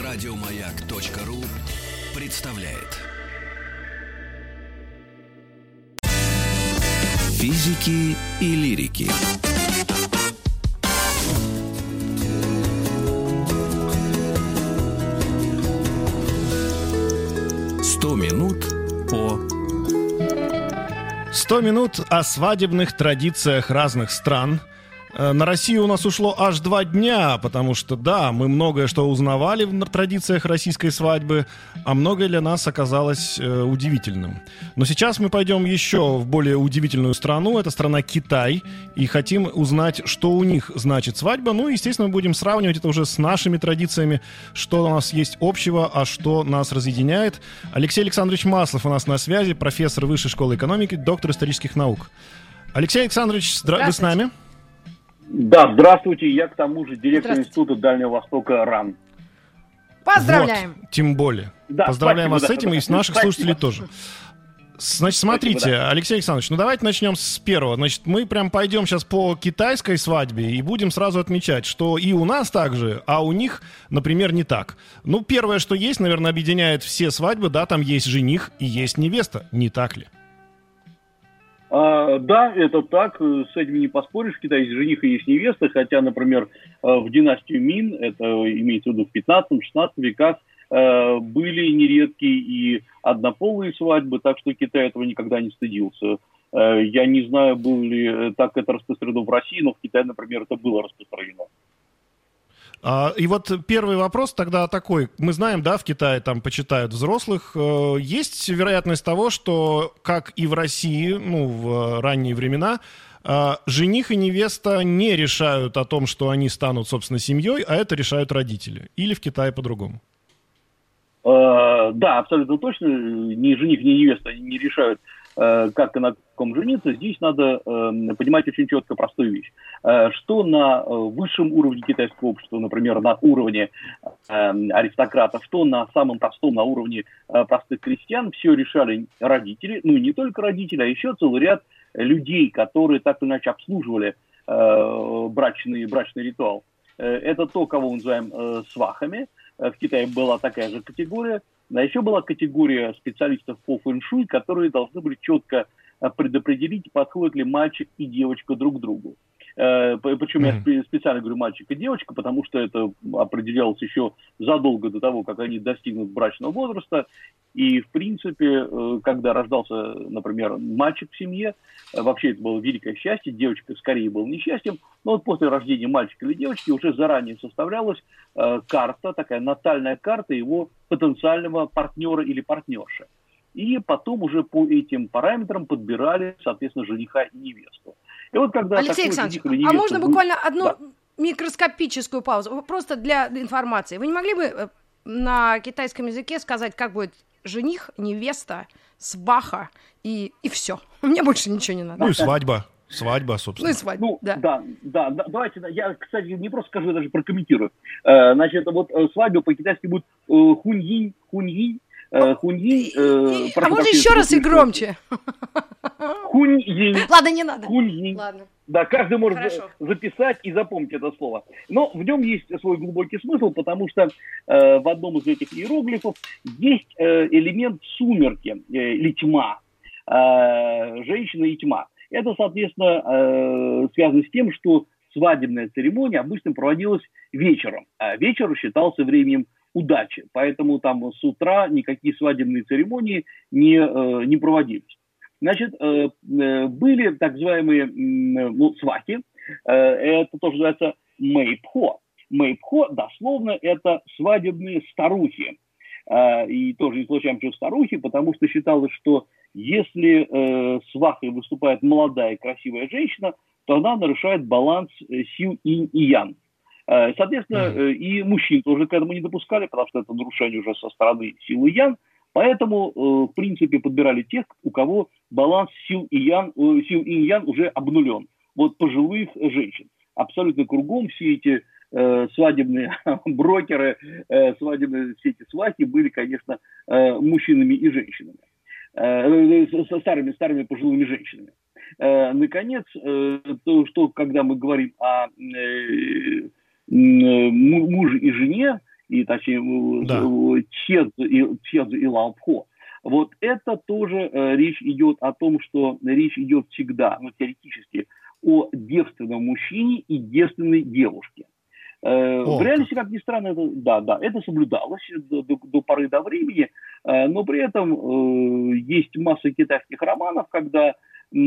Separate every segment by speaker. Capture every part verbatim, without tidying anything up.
Speaker 1: Радиомаяк.ру представляет. Физики и лирики. Сто минут по...
Speaker 2: Сто минут о свадебных традициях разных стран. На Россию у нас ушло аж два дня, потому что, да, мы многое что узнавали в традициях российской свадьбы, а многое для нас оказалось э, удивительным. Но сейчас мы пойдем еще в более удивительную страну, это страна Китай, и хотим узнать, что у них значит свадьба. Ну, естественно, мы будем сравнивать это уже с нашими традициями, что у нас есть общего, а что нас разъединяет. Алексей Александрович Маслов у нас на связи, профессор Высшей школы экономики, доктор исторических наук. Алексей Александрович, здра... вы с нами?
Speaker 3: Да, здравствуйте, я к тому же директор Института Дальнего Востока РАН.
Speaker 4: Поздравляем!
Speaker 2: Вот, тем более.
Speaker 3: Да,
Speaker 2: Поздравляем
Speaker 3: спасибо,
Speaker 2: вас с этим
Speaker 3: да,
Speaker 2: и с наших
Speaker 3: спасибо.
Speaker 2: слушателей тоже. Значит, смотрите,
Speaker 3: Спасибо, да.
Speaker 2: Алексей Александрович, ну давайте начнем с первого. Значит, мы прям пойдем сейчас по китайской свадьбе и будем сразу отмечать, что и у нас так же, а у них, например, не так. Ну, первое, что есть, наверное, объединяет все свадьбы, да, там есть жених и есть невеста, не так ли?
Speaker 3: А, да, это так, с этим не поспоришь. В Китае есть жених и есть невеста, хотя, например, в династию Мин, это имеется в виду в пятнадцатом-шестнадцатом веках, были нередкие и однополые свадьбы, так что Китай этого никогда не стыдился. Я не знаю, было ли так это распространено в России, но в Китае, например, это было распространено.
Speaker 2: И вот первый вопрос тогда такой. Мы знаем, да, в Китае там почитают взрослых. Есть вероятность того, что, как и в России, ну, в ранние времена, жених и невеста не решают о том, что они станут, собственно, семьей, а это решают родители? Или в Китае по-другому?
Speaker 3: Да, абсолютно точно. Ни жених, ни невеста не решают, как и на ком жениться. Здесь надо понимать очень четко простую вещь. Что на высшем уровне китайского общества, например, на уровне аристократов, что на самом простом, на уровне простых крестьян, все решали родители. Ну, и не только родители, а еще целый ряд людей, которые так или иначе обслуживали брачный, брачный ритуал. Это то, кого мы называем свахами. В Китае была такая же категория. А еще была категория специалистов по фэн-шуй, которые должны были четко предопределить, подходят ли мальчик и девочка друг к другу. Причем mm-hmm. я специально говорю мальчик и девочка, потому что это определялось еще задолго до того, как они достигнут брачного возраста. И, в принципе, когда рождался, например, мальчик в семье, вообще это было великое счастье, девочка скорее была несчастьем, но вот после рождения мальчика или девочки уже заранее составлялась карта, такая натальная карта его потенциального партнера или партнерши. И потом уже по этим параметрам подбирали, соответственно, жениха и невесту. И вот когда
Speaker 4: Алексей Александрович, а можно буквально одну да. микроскопическую паузу, просто для информации. Вы не могли бы на китайском языке сказать, как будет жених, невеста, сваха и, и все? Мне больше ничего не надо.
Speaker 2: Ну и свадьба. Свадьба, собственно.
Speaker 4: Ну и свадьба,
Speaker 3: ну,
Speaker 4: да.
Speaker 3: Да, да, да. Давайте, я, кстати, не просто скажу, я даже прокомментирую. Э, значит, вот свадьба по-китайски будет э, хуньинь, хуньинь. Хуньинь, э,
Speaker 4: а можно еще раз и громче?
Speaker 3: Хуньинь.
Speaker 4: Ладно, не надо.
Speaker 3: Хуньинь.
Speaker 4: Ладно.
Speaker 3: Да, каждый может
Speaker 4: Хорошо.
Speaker 3: записать и запомнить это слово. Но в нем есть свой глубокий смысл, потому что э, в одном из этих иероглифов есть э, элемент сумерки э, или тьма, э, женщина и тьма. Это, соответственно, э, связано с тем, что свадебная церемония обычно проводилась вечером, а вечер считался временем удачи, поэтому там с утра никакие свадебные церемонии не, э, не проводились. Значит, э, э, были так называемые э, ну, свахи, э, это тоже называется мэйпхо. Мэйпхо, дословно, это свадебные старухи. Э, и тоже не случайно, что старухи, потому что считалось, что если э, свахой выступает молодая и красивая женщина, то она нарушает баланс сил инь и ян. Соответственно, mm-hmm. и мужчин тоже к этому не допускали, потому что это нарушение уже со стороны силы ян. Поэтому, в принципе, подбирали тех, у кого баланс сил и ян, сил инь-ян уже обнулен. Вот пожилых женщин. Абсолютно кругом все эти э, свадебные брокеры, э, свадебные все эти свахи были, конечно, э, мужчинами и женщинами. Э, со старыми, старыми пожилыми женщинами. Э, наконец, э, то, что когда мы говорим о... Э, муже и жене, и, точнее,
Speaker 2: да.
Speaker 3: Чедзу и, Чедзу и Лампхо. Вот это тоже э, речь идет о том, что речь идет всегда, ну, теоретически, о девственном мужчине и девственной девушке. Э, в реальности, как ни странно, это, да, да, это соблюдалось до, до, до поры до времени, э, но при этом э, есть масса китайских романов, когда э,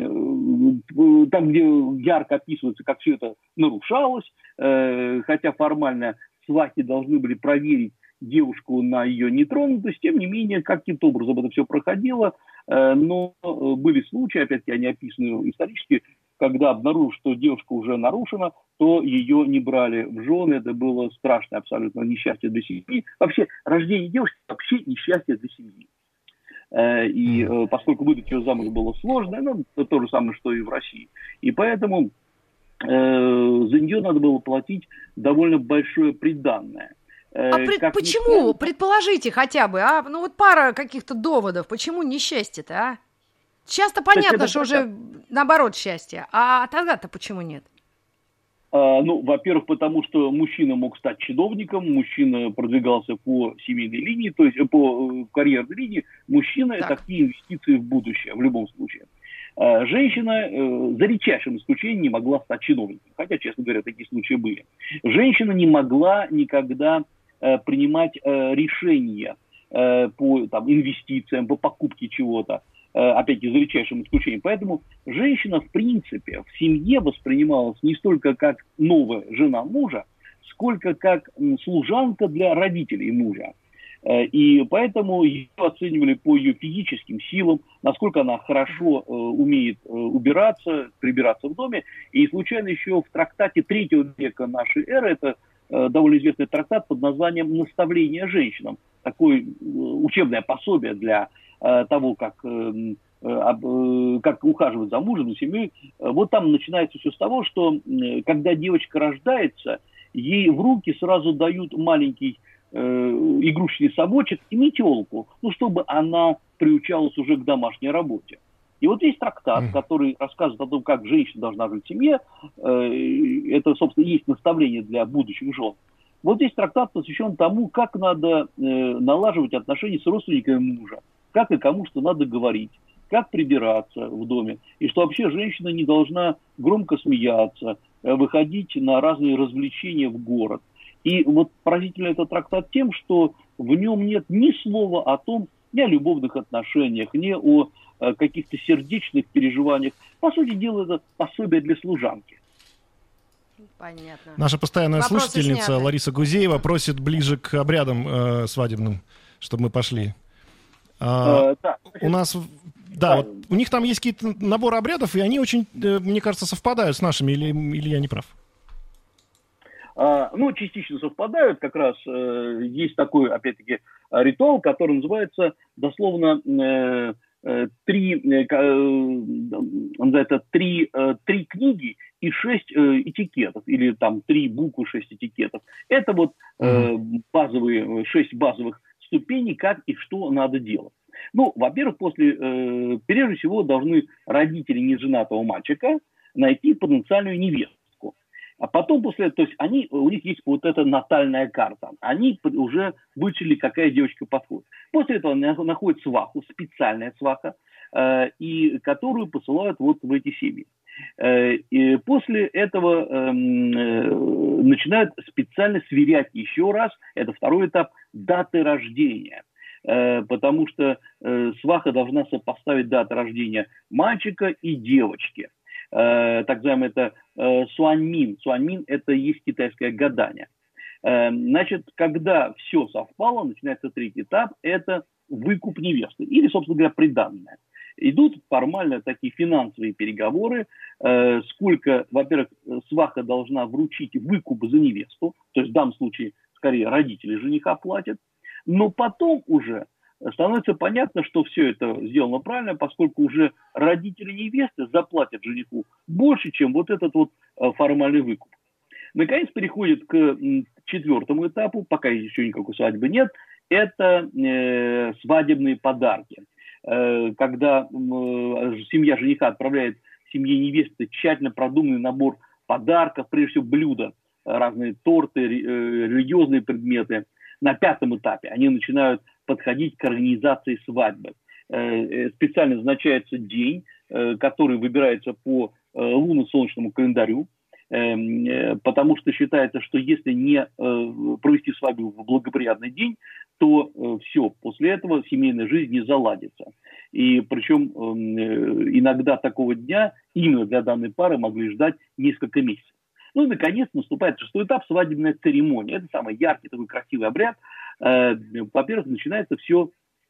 Speaker 3: там, где ярко описывается, как все это нарушалось, э, хотя формально свахи должны были проверить девушку на ее нетронутость, тем не менее, каким-то образом это все проходило, э, но были случаи, опять-таки, они описаны исторически, когда обнаружили, что девушка уже нарушена, то ее не брали в жены, это было страшное абсолютно несчастье для семьи. Вообще, рождение девушки вообще несчастье для семьи. Э, и э, поскольку выдать ее замуж было сложно, ну, это то же самое, что и в России. И поэтому э, за нее надо было платить довольно большое приданное.
Speaker 4: А пред... почему? Ни... Предположите хотя бы, а? Ну вот пара каких-то доводов. Почему несчастье-то, а? Часто понятно, что уже наоборот счастье. А тогда-то почему нет?
Speaker 3: А, ну, во-первых, потому что мужчина мог стать чиновником, мужчина продвигался по семейной линии, то есть по карьерной линии. Мужчина – это такие инвестиции в будущее, в любом случае. А, женщина, э, за редчайшим исключением, не могла стать чиновником. Хотя, честно говоря, такие случаи были. Женщина не могла никогда э, принимать э, решения э, по там, инвестициям, по покупке чего-то. Опять-таки, за редчайшим исключением. Поэтому женщина, в принципе, в семье воспринималась не столько как новая жена мужа, сколько как служанка для родителей мужа. И поэтому ее оценивали по ее физическим силам, насколько она хорошо умеет убираться, прибираться в доме. И случайно еще в трактате третьего века нашей эры, это довольно известный трактат под названием «Наставление женщинам», такое учебное пособие для того, как, как ухаживать за мужем, за семьей. Вот там начинается все с того, что когда девочка рождается, ей в руки сразу дают маленький э, игрушечный совочек и метелку, ну, чтобы она приучалась уже к домашней работе. И вот есть трактат, который рассказывает о том, как женщина должна жить в семье. Это, собственно, есть наставление для будущих жен. Вот здесь трактат посвящен тому, как надо э, налаживать отношения с родственниками мужа, как и кому что надо говорить, как прибираться в доме, и что вообще женщина не должна громко смеяться, э, выходить на разные развлечения в город. И вот поразительно этот трактат тем, что в нем нет ни слова о том, ни о любовных отношениях, ни о э, каких-то сердечных переживаниях. По сути дела, это пособие для служанки.
Speaker 4: Понятно.
Speaker 2: Наша постоянная
Speaker 4: Вопросы
Speaker 2: слушательница
Speaker 4: сняты.
Speaker 2: Лариса Гузеева просит ближе к обрядам э, свадебным, чтобы мы пошли. А,
Speaker 3: а, да.
Speaker 2: У нас, да, вот у них там есть какие-то наборы обрядов, и они очень, э, мне кажется, совпадают с нашими, или, или я не прав?
Speaker 3: А, ну, частично совпадают, как раз э, есть такой, опять-таки, ритуал, который называется дословно э, э, три, э, он называется три, э, три книги и шесть э, этикетов, или там три буквы, шесть этикетов. Это вот э, базовые, шесть базовых ступеней, как и что надо делать. Ну, во-первых, после, э, прежде всего, должны родители неженатого мальчика найти потенциальную невестку. А потом, после этого, то есть они, у них есть вот эта натальная карта. Они уже вычислили, какая девочка подходит. После этого находят сваху, специальная сваха, э, и которую посылают вот в эти семьи. Э, и после этого э, э, начинают специально сверять еще раз, это второй этап, даты рождения. Э, потому что э, сваха должна сопоставить даты рождения мальчика и девочки. Э, так называемое это э, суаньмин. Суаньмин – это и есть китайское гадание. Э, значит, когда все совпало, начинается третий этап – это выкуп невесты или, собственно говоря, приданное. Идут формально такие финансовые переговоры, э, сколько, во-первых, сваха должна вручить выкуп за невесту, то есть в данном случае, скорее, родители жениха платят, но потом уже становится понятно, что все это сделано правильно, поскольку уже родители невесты заплатят жениху больше, чем вот этот вот э, формальный выкуп. Наконец переходит к четвертому этапу, пока еще никакой свадьбы нет, это э, свадебные подарки. Когда семья жениха отправляет семье невесты тщательно продуманный набор подарков, прежде всего блюда разные торты, религиозные предметы. На пятом этапе они начинают подходить к организации свадьбы. Специально назначается день, который выбирается по лунно-солнечному календарю, потому что считается, что если не провести свадьбу в благоприятный день, то все, после этого семейная жизнь не заладится. И причем иногда такого дня именно для данной пары могли ждать несколько месяцев. Ну и, наконец, наступает шестой этап — свадебная церемония. Это самый яркий, такой красивый обряд. Во-первых, начинается все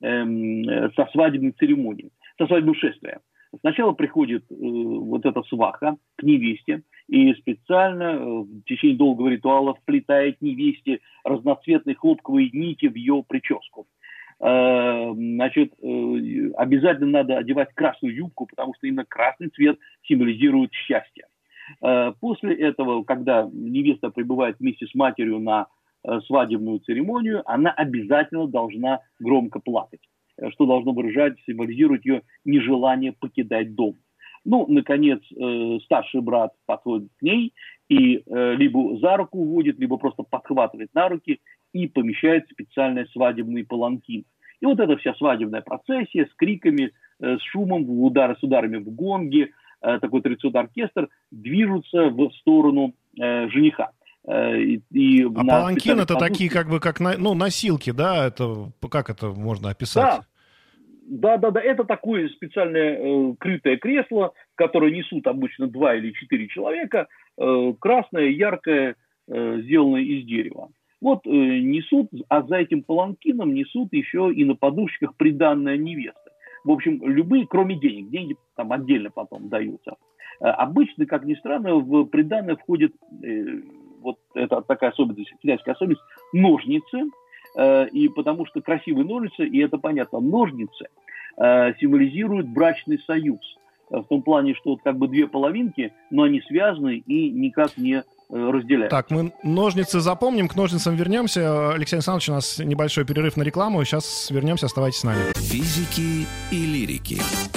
Speaker 3: со свадебной церемонии, со свадебного шествия. Сначала приходит э, вот эта сваха к невесте и специально э, в течение долгого ритуала вплетает невесте разноцветные хлопковые нити в ее прическу. Э, значит, э, обязательно надо одевать красную юбку, потому что именно красный цвет символизирует счастье. Э, после этого, когда невеста прибывает вместе с матерью на э, свадебную церемонию, она обязательно должна громко плакать, что должно выражать, символизировать ее нежелание покидать дом. Ну, наконец, э, старший брат подходит к ней и э, либо за руку уводит, либо просто подхватывает на руки и помещает в специальный свадебный паланкин. И вот эта вся свадебная процессия с криками, э, с шумом, удары, с ударами в гонги, э, такой традиционный оркестр, движутся в сторону э, жениха.
Speaker 2: И, и а паланкин это такие как бы как ну, носилки, да? Это как это можно описать?
Speaker 3: Да, да, да, да. Это такое специальное э, крытое кресло, которое несут обычно два или четыре человека, э, красное, яркое, э, сделанное из дерева. Вот э, несут, а за этим паланкином несут еще и на подушечках приданное невесты. В общем, любые, кроме денег, деньги там отдельно потом даются. Э, обычно, как ни странно, в приданное входит э, вот это такая особенность, китайская особенность, ножницы, э, и потому что красивые ножницы, и это понятно, ножницы э, символизируют брачный союз, э, в том плане, что вот как бы две половинки, но они связаны и никак не э, разделяются.
Speaker 2: Так, мы ножницы запомним, к ножницам вернемся. Алексей Александрович, у нас небольшой перерыв на рекламу, сейчас вернемся, оставайтесь с нами.
Speaker 1: Физики и лирики.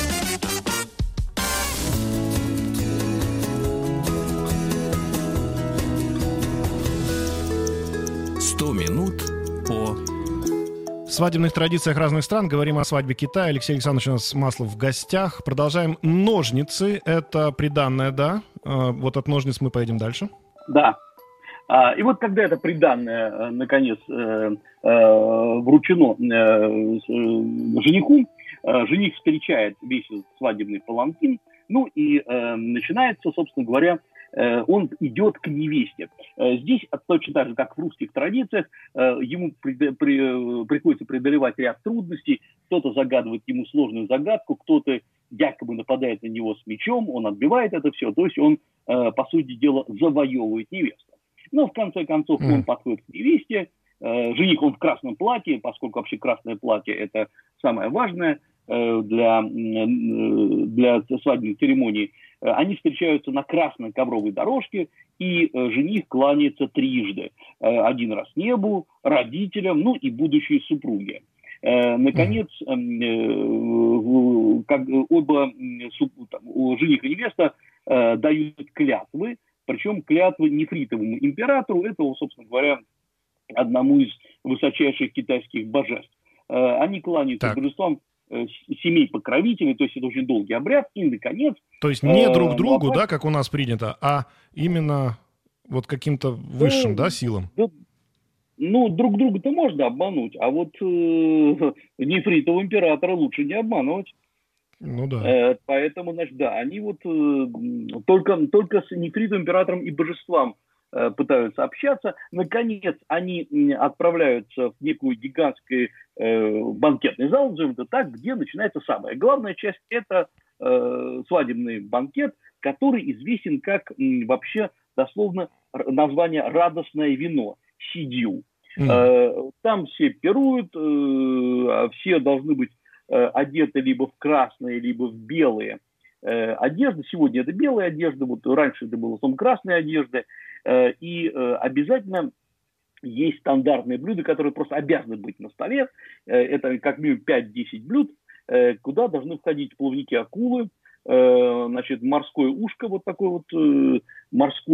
Speaker 1: сто минут по...
Speaker 2: В свадебных традициях разных стран говорим о свадьбе Китая. Алексей Александрович у нас Маслов в гостях. Продолжаем. Ножницы — это приданное, да? Вот от ножниц мы поедем дальше.
Speaker 3: Да. И вот когда это приданное, наконец, вручено жениху, жених встречает весь свадебный паланкин, ну и начинается, собственно говоря, он идет к невесте. Здесь точно так же, как в русских традициях, ему при, при, приходится преодолевать ряд трудностей. Кто-то загадывает ему сложную загадку, кто-то якобы нападает на него с мечом, он отбивает это все. То есть он, по сути дела, завоевывает невесту. Но в конце концов он подходит к невесте. Жених он в красном платье, поскольку вообще красное платье — это самое важное для, для свадебной церемонии. Они встречаются на красной ковровой дорожке, и жених кланяется трижды. Один раз небу, родителям, ну и будущей супруге. Наконец, как оба жених и невеста дают клятвы, причем клятвы нефритовому императору, это, собственно говоря, одному из высочайших китайских божеств. Они кланяются божествам семей покровителей, то есть это очень долгий обряд, и, наконец...
Speaker 2: То есть не друг другу, да, как у нас принято, а именно вот каким-то высшим, ну, да, силам?
Speaker 3: Да, ну, друг друга-то можно обмануть, а вот э, нефритового императора лучше не обманывать.
Speaker 2: Ну да.
Speaker 3: Э, поэтому, значит, да, они вот э, только, только с нефритовым императором и божеством э, пытаются общаться. Наконец, они э, отправляются в некую гигантскую э, банкетный зал, назовем это так, где начинается самая главная часть. Это э, свадебный банкет, который известен как э, вообще дословно название «радостное вино» – сидью. Mm. Э, там все пируют, э, все должны быть э, одеты либо в красные, либо в белые э, одежды. Сегодня это белые одежды, вот раньше это было в основном красные одежды. Э, и э, обязательно есть стандартные блюда, которые просто обязаны быть на столе. Э, это как минимум пять-десять блюд, э, куда должны входить плавники акулы, э, значит, морское ушко, вот такой вот э, морской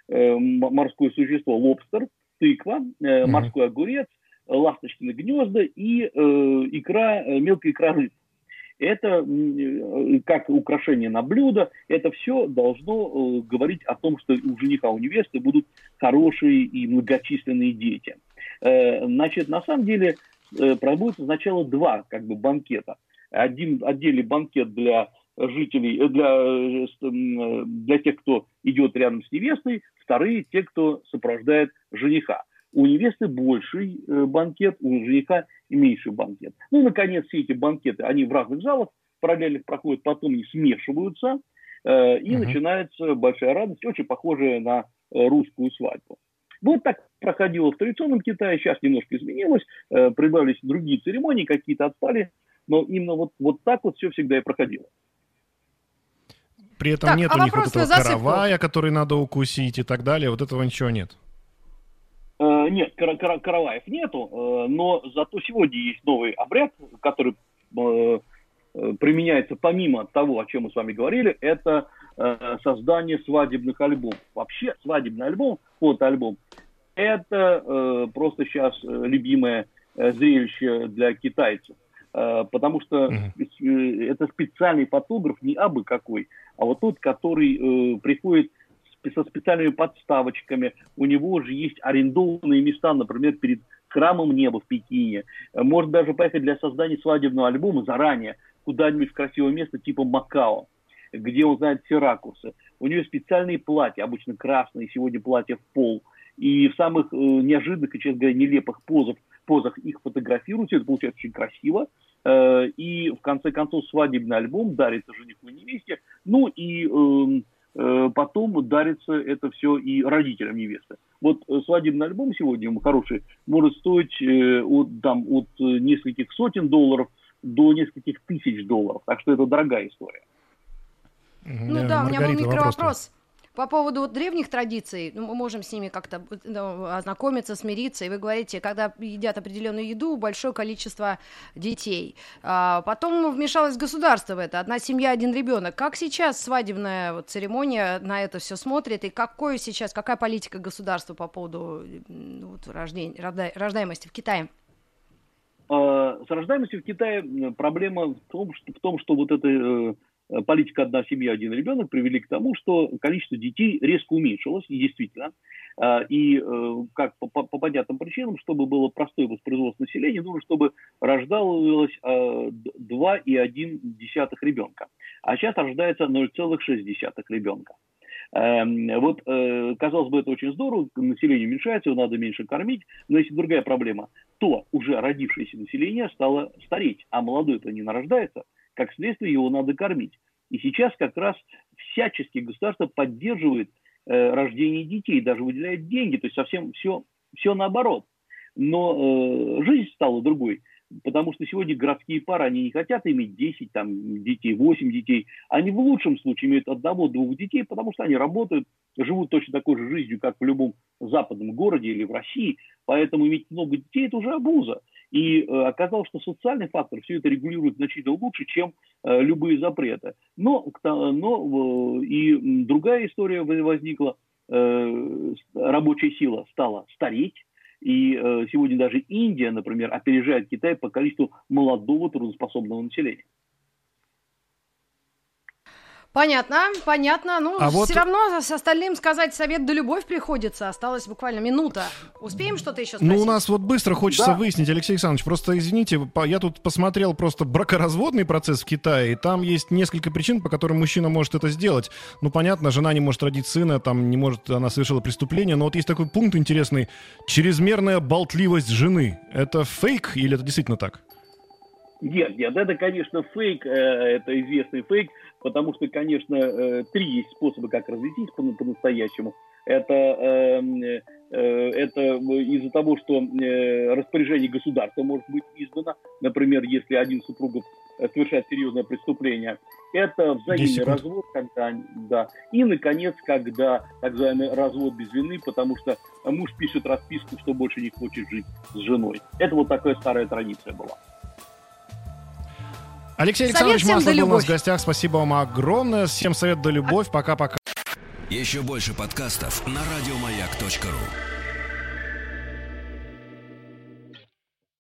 Speaker 3: э, морское существо лобстер, тыква, э, морской огурец, ласточкины гнезда и э, икра, мелкая икра рыб. Это э, как украшение на блюдо, это все должно э, говорить о том, что у жениха, у невесты будут хорошие и многочисленные дети. Э, значит, на самом деле э, проводится сначала два как бы банкета. Один отдельный банкет для жителей, для, для тех, кто идет рядом с невестой, вторые те, кто сопровождает жениха. У невесты больший банкет, у жениха меньший банкет. Ну и, наконец, все эти банкеты, они в разных залах параллельных проходят, потом они смешиваются, э, и uh-huh. начинается большая радость, очень похожая на русскую свадьбу. Вот так проходило в традиционном Китае, сейчас немножко изменилось, э, прибавились другие церемонии, какие-то отпали, но именно вот, вот так вот все всегда и проходило.
Speaker 2: При этом так, нет а у них вот этого каравая, который надо укусить и так далее, вот этого ничего нет.
Speaker 3: Нет, кар- кар- караваев нету, но зато сегодня есть новый обряд, который э, применяется помимо того, о чем мы с вами говорили, это э, создание свадебных альбомов. Вообще свадебный альбом, фотоальбом, это э, просто сейчас любимое зрелище для китайцев. Э, потому что uh-huh. это специальный фотограф, не абы какой, а вот тот, который э, приходит со специальными подставочками, у него же есть арендованные места, например, перед храмом неба в Пекине. Может даже поехать для создания свадебного альбома заранее куда-нибудь в красивое место типа Макао, где он знает все ракурсы. У него специальные платья, обычно красные, сегодня платья в пол. И в самых э, неожиданных и, честно говоря, нелепых позах, позах их фотографируют. Все это получается очень красиво. Э, и в конце концов свадебный альбом дарится жениху и невесте. Ну и... Э, потом дарится это все и родителям невесты. Вот свадебный альбом сегодня хороший может стоить от, там, от нескольких сотен долларов до нескольких тысяч долларов. Так что это дорогая история.
Speaker 4: Ну да, да, у меня был микровопрос. По поводу вот древних традиций, ну, мы можем с ними как-то ну, ознакомиться, смириться, и вы говорите, когда едят определенную еду, большое количество детей. А потом вмешалось государство в это, одна семья, один ребенок. Как сейчас свадебная вот, церемония на это все смотрит, и какой сейчас, какая политика государства по поводу вот, рождения, рождаемости в Китае?
Speaker 3: С рождаемостью в Китае проблема в том, что, в том, что вот это... политика «одна семья, один ребенок» привели к тому, что количество детей резко уменьшилось, и действительно. И как по, по понятным причинам, чтобы было простое воспроизводство населения, нужно, чтобы рождалось два и одна десятых ребенка. А сейчас рождается ноль целых шесть десятых ребенка. Вот, казалось бы, это очень здорово, население уменьшается, его надо меньше кормить, но есть другая проблема. То уже родившееся население стало стареть, а молодое-то не нарождается. Как следствие, его надо кормить. И сейчас как раз всячески государство поддерживает э, рождение детей, даже выделяет деньги, то есть совсем все, все наоборот. Но э, жизнь стала другой, потому что сегодня городские пары, они не хотят иметь десять там, детей, восемь детей. Они в лучшем случае имеют одного-двух детей, потому что они работают, живут точно такой же жизнью, как в любом западном городе или в России. Поэтому иметь много детей – это уже обуза. И э, оказалось, что социальный фактор все это регулирует значительно лучше, чем э, любые запреты. Но, но э, и другая история возникла. Э, рабочая сила стала стареть. И э, сегодня даже Индия, например, опережает Китай по количеству молодого трудоспособного населения.
Speaker 4: Понятно, понятно. Ну,
Speaker 2: а
Speaker 4: все
Speaker 2: вот...
Speaker 4: равно с остальным сказать совет да любовь приходится. Осталась буквально минута. Успеем что-то еще спросить?
Speaker 2: Ну, у нас вот быстро хочется
Speaker 3: да.
Speaker 2: выяснить, Алексей Александрович, просто извините, я тут посмотрел просто бракоразводный процесс в Китае, и там есть несколько причин, по которым мужчина может это сделать. Ну, понятно, жена не может родить сына, там не может, она совершила преступление, но вот есть такой пункт интересный. Чрезмерная болтливость жены. Это фейк или это действительно так?
Speaker 3: Нет, нет, это, конечно, фейк, это известный фейк, потому что, конечно, три есть способа, как развестись по-настоящему. Это, это из-за того, что распоряжение государства может быть издано, например, если один из супругов совершает серьезное преступление. Это взаимный развод, когда, да. И, наконец, когда так называемый развод без вины, потому что муж пишет расписку, что больше не хочет жить с женой. Это вот такая старая традиция была.
Speaker 2: Алексей Александрович Маслов был у нас в гостях. Спасибо вам огромное. Всем совет да любовь. Пока-пока.
Speaker 1: Еще больше подкастов на радиомаяк точка ру.